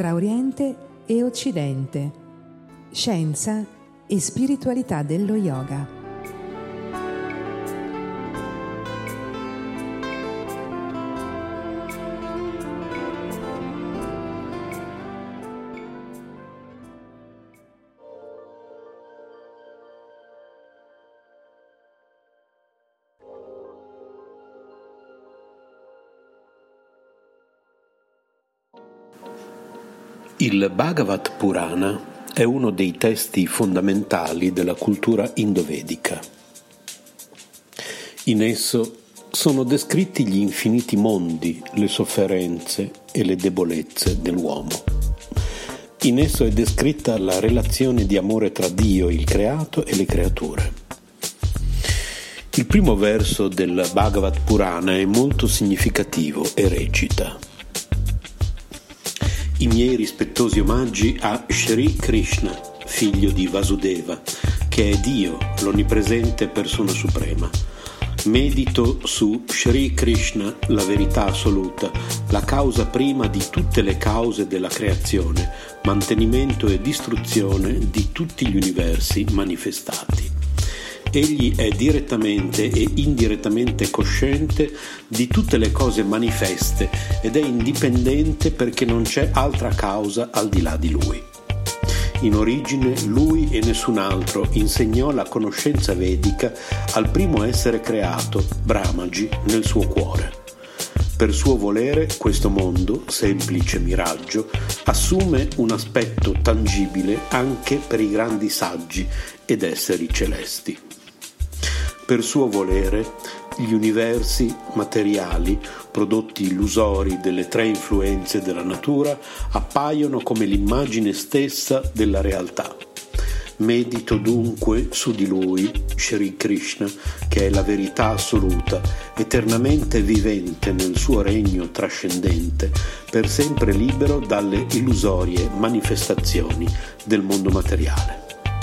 tra Oriente e Occidente, scienza e spiritualità dello yoga. Il Bhagavad Purana è uno dei testi fondamentali della cultura indovedica. In esso sono descritti gli infiniti mondi, le sofferenze e le debolezze dell'uomo. In esso è descritta la relazione di amore tra Dio, il creato, e le creature. Il primo verso del Bhagavad Purana è molto significativo e recita: I miei rispettosi omaggi a Shri Krishna, figlio di Vasudeva, che è Dio, l'onnipresente persona suprema. Medito su Shri Krishna, la verità assoluta, la causa prima di tutte le cause della creazione, mantenimento e distruzione di tutti gli universi manifestati. Egli è direttamente e indirettamente cosciente di tutte le cose manifeste ed è indipendente perché non c'è altra causa al di là di lui. In origine lui e nessun altro insegnò la conoscenza vedica al primo essere creato, Brahmaji, nel suo cuore. Per suo volere questo mondo, semplice miraggio, assume un aspetto tangibile anche per i grandi saggi ed esseri celesti. Per suo volere, gli universi materiali, prodotti illusori delle tre influenze della natura, appaiono come l'immagine stessa della realtà. Medito dunque su di lui, Shri Krishna, che è la verità assoluta, eternamente vivente nel suo regno trascendente, per sempre libero dalle illusorie manifestazioni del mondo materiale.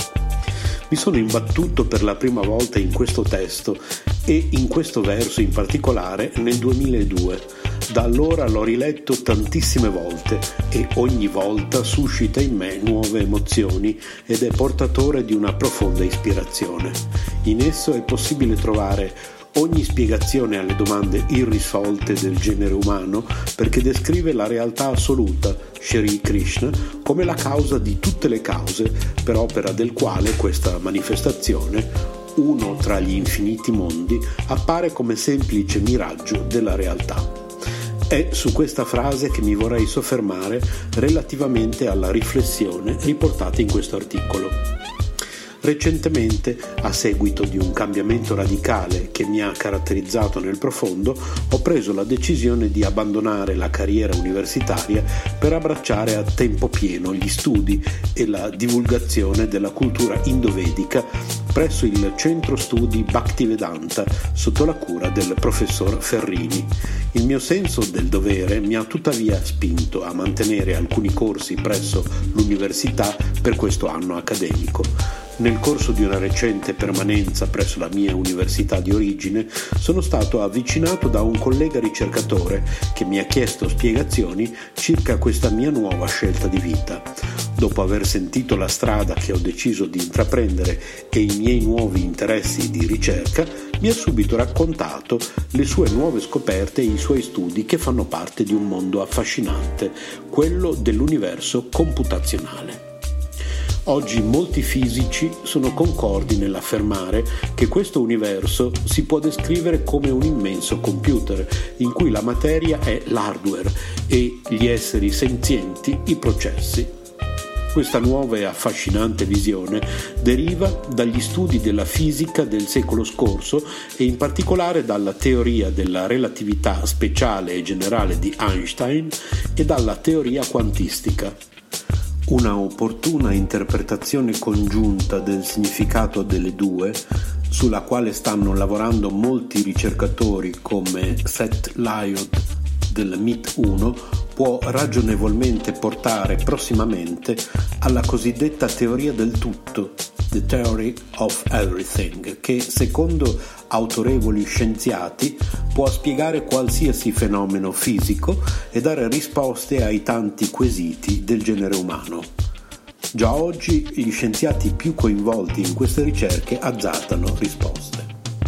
Mi sono imbattuto per la prima volta in questo testo e in questo verso in particolare nel 2002. Da allora l'ho riletto tantissime volte e ogni volta suscita in me nuove emozioni ed è portatore di una profonda ispirazione. In esso è possibile trovare ogni spiegazione alle domande irrisolte del genere umano, perché descrive la realtà assoluta, Shri Krishna, come la causa di tutte le cause, per opera del quale questa manifestazione, uno tra gli infiniti mondi, appare come semplice miraggio della realtà. È su questa frase che mi vorrei soffermare relativamente alla riflessione riportata in questo articolo. Recentemente, a seguito di un cambiamento radicale che mi ha caratterizzato nel profondo, ho preso la decisione di abbandonare la carriera universitaria per abbracciare a tempo pieno gli studi e la divulgazione della cultura indovedica presso il Centro Studi Bhaktivedanta sotto la cura del professor Ferrini. Il mio senso del dovere mi ha tuttavia spinto a mantenere alcuni corsi presso l'università per questo anno accademico. Nel corso di una recente permanenza presso la mia università di origine sono stato avvicinato da un collega ricercatore che mi ha chiesto spiegazioni circa questa mia nuova scelta di vita. Dopo aver sentito la strada che ho deciso di intraprendere e i miei nuovi interessi di ricerca, mi ha subito raccontato le sue nuove scoperte e i suoi studi che fanno parte di un mondo affascinante, quello dell'universo computazionale. Oggi molti fisici sono concordi nell'affermare che questo universo si può descrivere come un immenso computer in cui la materia è l'hardware e gli esseri senzienti i processi. Questa nuova e affascinante visione deriva dagli studi della fisica del secolo scorso e in particolare dalla teoria della relatività speciale e generale di Einstein e dalla teoria quantistica. Una opportuna interpretazione congiunta del significato delle due, sulla quale stanno lavorando molti ricercatori come Seth Lloyd, del MIT-1 può ragionevolmente portare prossimamente alla cosiddetta teoria del tutto, The Theory of Everything, che secondo autorevoli scienziati può spiegare qualsiasi fenomeno fisico e dare risposte ai tanti quesiti del genere umano. Già oggi gli scienziati più coinvolti in queste ricerche azzardano risposte.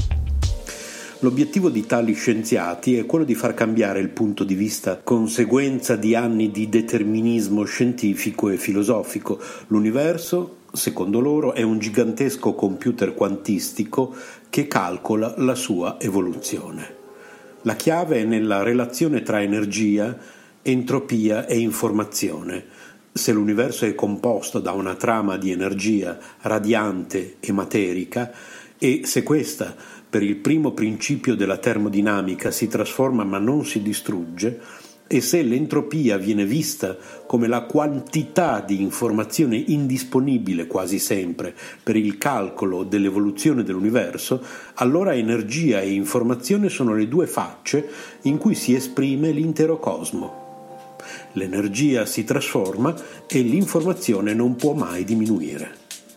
L'obiettivo di tali scienziati è quello di far cambiare il punto di vista, conseguenza di anni di determinismo scientifico e filosofico. L'universo, secondo loro, è un gigantesco computer quantistico che calcola la sua evoluzione. La chiave è nella relazione tra energia, entropia e informazione. Se l'universo è composto da una trama di energia radiante e materica, e se questa, per il primo principio della termodinamica, si trasforma ma non si distrugge, e se l'entropia viene vista come la quantità di informazione indisponibile quasi sempre per il calcolo dell'evoluzione dell'universo, allora energia e informazione sono le due facce in cui si esprime l'intero cosmo. L'energia si trasforma e l'informazione non può mai diminuire.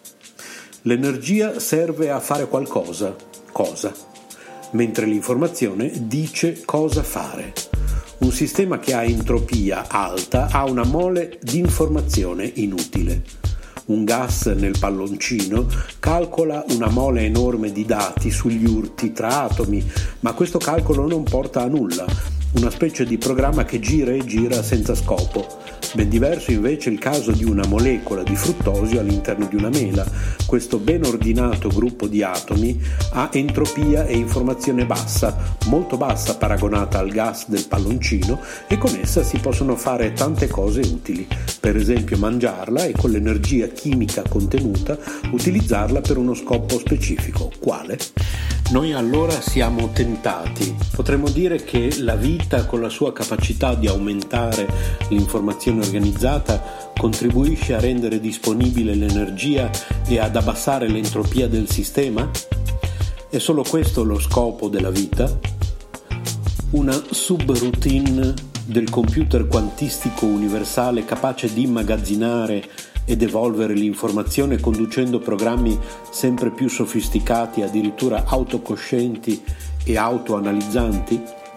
L'energia serve a fare qualcosa, cosa, mentre l'informazione dice cosa fare. Un sistema che ha entropia alta ha una mole di informazione inutile. Un gas nel palloncino calcola una mole enorme di dati sugli urti tra atomi, ma questo calcolo non porta a nulla, una specie di programma che gira e gira senza scopo. Ben diverso invece il caso di una molecola di fruttosio all'interno di una mela. Questo ben ordinato gruppo di atomi ha entropia e informazione bassa, molto bassa paragonata al gas del palloncino, e con essa si possono fare tante cose utili, per esempio mangiarla e con l'energia chimica contenuta utilizzarla per uno scopo specifico. Quale? Noi allora siamo tentati. Potremmo dire che la vita, con la sua capacità di aumentare l'informazione organizzata, contribuisce a rendere disponibile l'energia e ad abbassare l'entropia del sistema? È solo questo lo scopo della vita? Una subroutine del computer quantistico universale capace di immagazzinare ed evolvere l'informazione conducendo programmi sempre più sofisticati, addirittura autocoscienti e autoanalizzanti?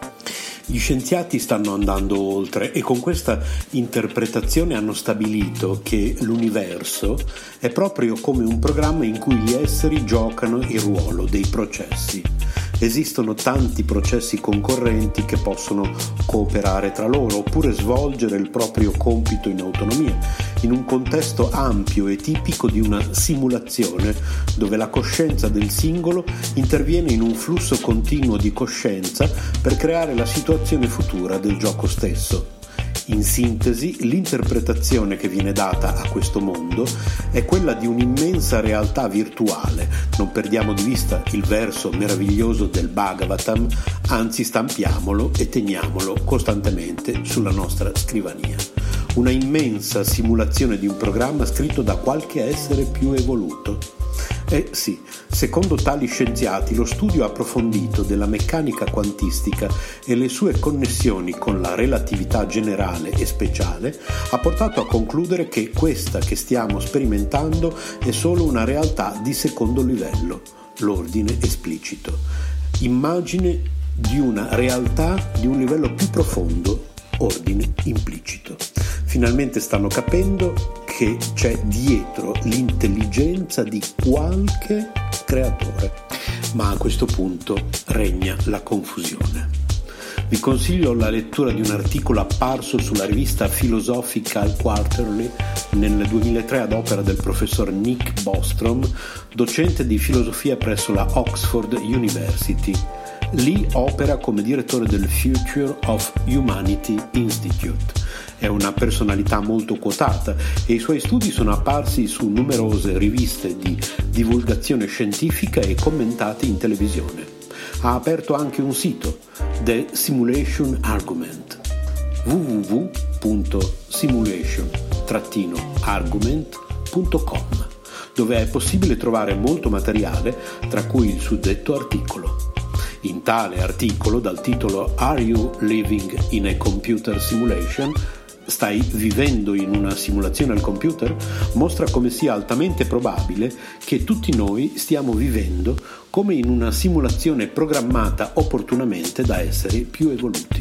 Gli scienziati stanno andando oltre e con questa interpretazione hanno stabilito che l'universo è proprio come un programma in cui gli esseri giocano il ruolo dei processi. Esistono tanti processi concorrenti che possono cooperare tra loro oppure svolgere il proprio compito in autonomia, in un contesto ampio e tipico di una simulazione dove la coscienza del singolo interviene in un flusso continuo di coscienza per creare la situazione futura del gioco stesso. In sintesi, l'interpretazione che viene data a questo mondo è quella di un'immensa realtà virtuale. Non perdiamo di vista il verso meraviglioso del Bhagavatam, anzi stampiamolo e teniamolo costantemente sulla nostra scrivania. Una immensa simulazione di un programma scritto da qualche essere più evoluto. Sì, secondo tali scienziati lo studio approfondito della meccanica quantistica e le sue connessioni con la relatività generale e speciale ha portato a concludere che questa che stiamo sperimentando è solo una realtà di secondo livello, l'ordine esplicito, immagine di una realtà di un livello più profondo, ordine implicito. Finalmente stanno capendo che c'è dietro l'intelligenza di qualche creatore, ma a questo punto regna la confusione. Vi consiglio la lettura di un articolo apparso sulla rivista Philosophical Quarterly nel 2003 ad opera del professor Nick Bostrom, docente di filosofia presso la Oxford University. Lì opera come direttore del Future of Humanity Institute. È una personalità molto quotata e i suoi studi sono apparsi su numerose riviste di divulgazione scientifica e commentati in televisione. Ha aperto anche un sito, The Simulation Argument, www.simulation-argument.com, dove è possibile trovare molto materiale, tra cui il suddetto articolo. in tale articolo dal titolo Are You Living in a Computer Simulation? Stai vivendo in una simulazione al computer? Mostra come sia altamente probabile che tutti noi stiamo vivendo come in una simulazione programmata opportunamente da esseri più evoluti.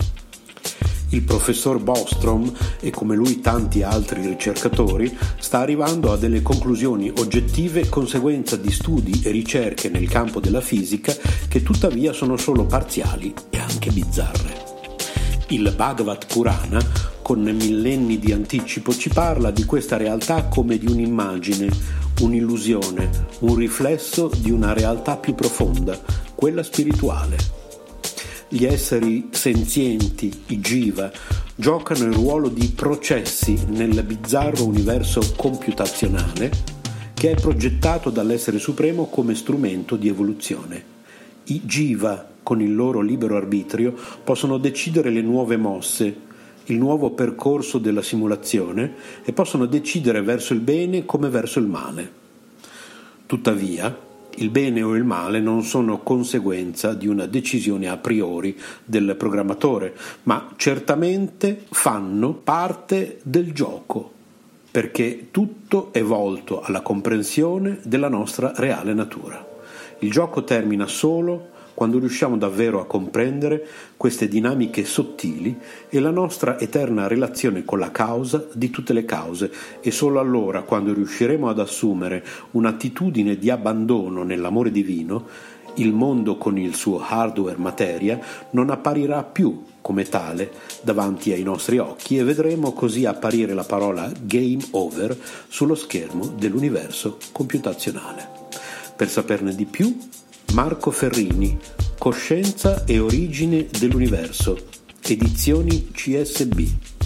Il professor Bostrom, e come lui tanti altri ricercatori, sta arrivando a delle conclusioni oggettive conseguenza di studi e ricerche nel campo della fisica che tuttavia sono solo parziali e anche bizzarre. Il Bhagavad Purana, con millenni di anticipo, ci parla di questa realtà come di un'immagine, un'illusione, un riflesso di una realtà più profonda, quella spirituale. Gli esseri senzienti, i jiva, giocano il ruolo di processi nel bizzarro universo computazionale che è progettato dall'essere supremo come strumento di evoluzione. I jiva, con il loro libero arbitrio, possono decidere le nuove mosse, il nuovo percorso della simulazione e possono decidere verso il bene come verso il male. Tuttavia, il bene o il male non sono conseguenza di una decisione a priori del programmatore, ma certamente fanno parte del gioco, perché tutto è volto alla comprensione della nostra reale natura. Il gioco termina solo quando riusciamo davvero a comprendere queste dinamiche sottili e la nostra eterna relazione con la causa di tutte le cause, e solo allora, quando riusciremo ad assumere un'attitudine di abbandono nell'amore divino, il mondo con il suo hardware materia non apparirà più come tale davanti ai nostri occhi, e vedremo così apparire la parola Game Over sullo schermo dell'universo computazionale. Per saperne di più, Marco Ferrini, Coscienza e origine dell'universo, edizioni CSB.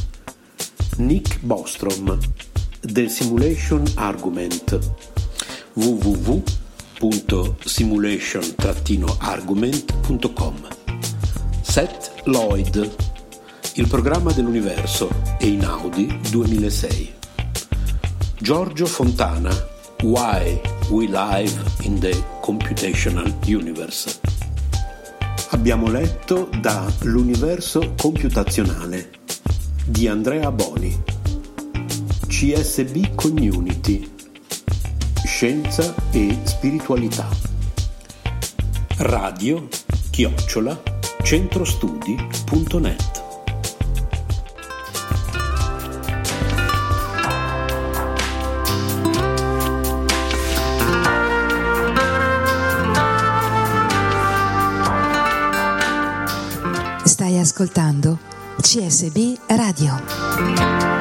Nick Bostrom, The Simulation Argument, www.simulation-argument.com. Seth Lloyd, Il programma dell'universo, Einaudi 2006. Giorgio Fontana, Why We Live in the Computational Universe. Abbiamo letto da L'universo computazionale di Andrea Boni, CSB Community, Scienza e Spiritualità, radio@centrostudi.net. Stai ascoltando CSB Radio.